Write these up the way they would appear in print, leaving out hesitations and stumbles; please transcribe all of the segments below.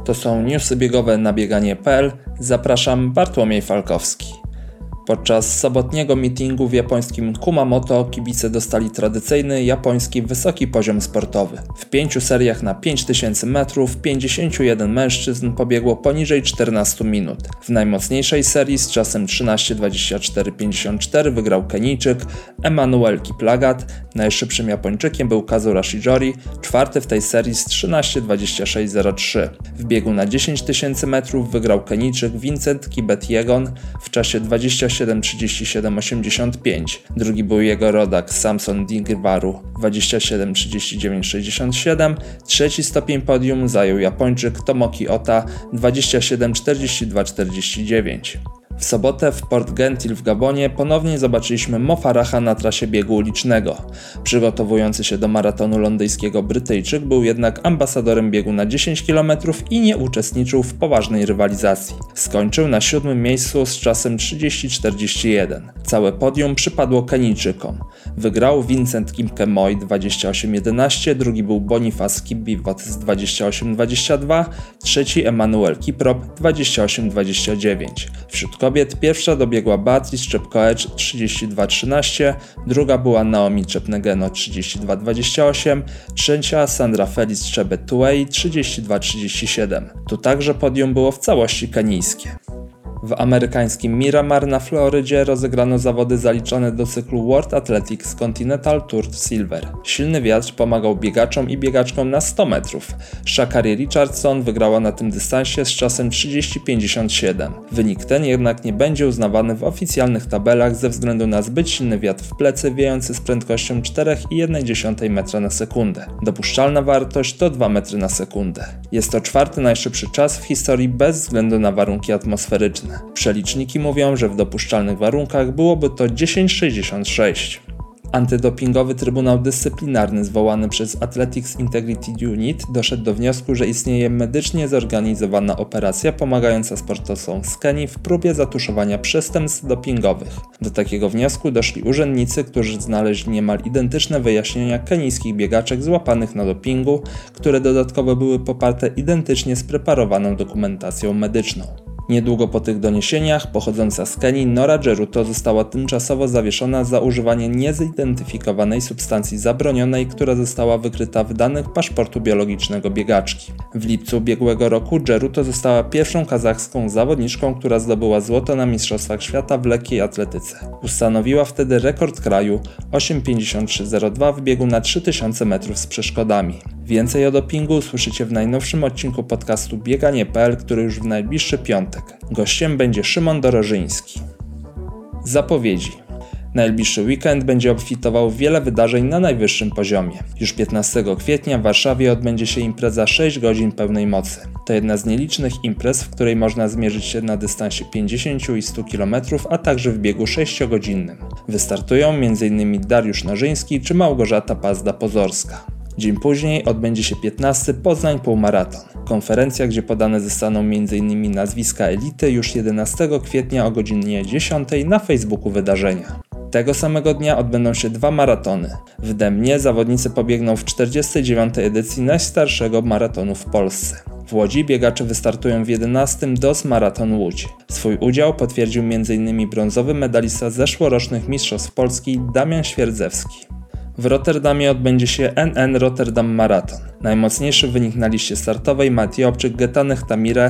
To są newsy biegowe na bieganie.pl. Zapraszam, Bartłomiej Falkowski. Podczas sobotniego meetingu w japońskim Kumamoto kibice dostali tradycyjny japoński wysoki poziom sportowy. W 5 seriach na 5000 metrów 51 mężczyzn pobiegło poniżej 14 minut. W najmocniejszej serii z czasem 13:24:54 wygrał Kenijczyk Emmanuel Kiplagat, najszybszym Japończykiem był Kazura Shijori, czwarty w tej serii z 13:26:03. W biegu na 10 000 metrów wygrał Kenijczyk Vincent Kibet-Yegon w czasie 27:37:85. Drugi był jego rodak Samson Dingbaru 27:39:67. Trzeci stopień podium zajął Japończyk Tomoki Ota 27:42:49. W sobotę w Port Gentil w Gabonie ponownie zobaczyliśmy Mo Faraha na trasie biegu ulicznego. Przygotowujący się do maratonu londyńskiego Brytyjczyk był jednak ambasadorem biegu na 10 km i nie uczestniczył w poważnej rywalizacji. Skończył na 7. miejscu z czasem 30:41. Całe podium przypadło Kenijczykom. Wygrał Vincent Kipkemoi 28:11, drugi był Boniface Kipbiwot z 28:22, trzeci Emmanuel Kiprop 28:29. Wśród kobiet pierwsza dobiegła Beatrice Chepkoech 32:13, druga była Naomi Chepnegeno 32:28, trzecia Sandra Feliz Chebet-Tuwei 32:37. Tu także podium było w całości kenijskie. W amerykańskim Miramar na Florydzie rozegrano zawody zaliczone do cyklu World Athletics Continental Tour Silver. Silny wiatr pomagał biegaczom i biegaczkom na 100 metrów. Sha'Carri Richardson wygrała na tym dystansie z czasem 30:57. Wynik ten jednak nie będzie uznawany w oficjalnych tabelach ze względu na zbyt silny wiatr w plecy wiejący z prędkością 4,1 metra na sekundę. Dopuszczalna wartość to 2 metry na sekundę. Jest to czwarty najszybszy czas w historii bez względu na warunki atmosferyczne. Przeliczniki mówią, że w dopuszczalnych warunkach byłoby to 10,66. Antydopingowy Trybunał Dyscyplinarny zwołany przez Athletics Integrity Unit doszedł do wniosku, że istnieje medycznie zorganizowana operacja pomagająca sportowcom z Kenii w próbie zatuszowania przestępstw dopingowych. Do takiego wniosku doszli urzędnicy, którzy znaleźli niemal identyczne wyjaśnienia kenijskich biegaczek złapanych na dopingu, które dodatkowo były poparte identycznie spreparowaną dokumentacją medyczną. Niedługo po tych doniesieniach pochodząca z Kenii Nora Jeruto została tymczasowo zawieszona za używanie niezidentyfikowanej substancji zabronionej, która została wykryta w danych paszportu biologicznego biegaczki. W lipcu ubiegłego roku Jeruto została pierwszą kazachską zawodniczką, która zdobyła złoto na Mistrzostwach Świata w lekkiej atletyce. Ustanowiła wtedy rekord kraju 8:53:02 w biegu na 3000 metrów z przeszkodami. Więcej o dopingu usłyszycie w najnowszym odcinku podcastu Bieganie.pl, który już w najbliższy piątek. Gościem będzie Szymon Dorożyński. Zapowiedzi. Najbliższy weekend będzie obfitował w wiele wydarzeń na najwyższym poziomie. Już 15 kwietnia w Warszawie odbędzie się impreza 6 godzin pełnej mocy. To jedna z nielicznych imprez, w której można zmierzyć się na dystansie 50 i 100 km, a także w biegu 6-godzinnym. Wystartują m.in. Dariusz Narzyński czy Małgorzata Pazda-Pozorska. Dzień później odbędzie się 15. Poznań Półmaraton. Konferencja, gdzie podane zostaną m.in. nazwiska elity już 11 kwietnia o godzinie 10 na Facebooku wydarzenia. Tego samego dnia odbędą się 2 maratony. W Dębnie zawodnicy pobiegną w 49. edycji najstarszego maratonu w Polsce. W Łodzi biegacze wystartują w 11. DOS Maraton Łódź. Swój udział potwierdził m.in. brązowy medalista zeszłorocznych Mistrzostw Polski Damian Świerdzewski. W Rotterdamie odbędzie się NN Rotterdam Marathon. Najmocniejszy wynik na liście startowej ma Etiopczyk Getaneh Tamire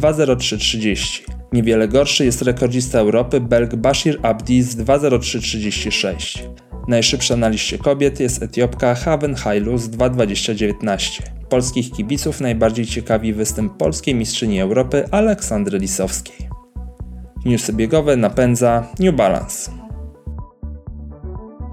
2:03:30. Niewiele gorszy jest rekordzista Europy Belg Bashir Abdi z 2:03:36. Najszybsza na liście kobiet jest Etiopka Haven Hailu z 2:20:19. Polskich kibiców najbardziej ciekawi występ polskiej mistrzyni Europy Aleksandry Lisowskiej. Newsy biegowe napędza New Balance.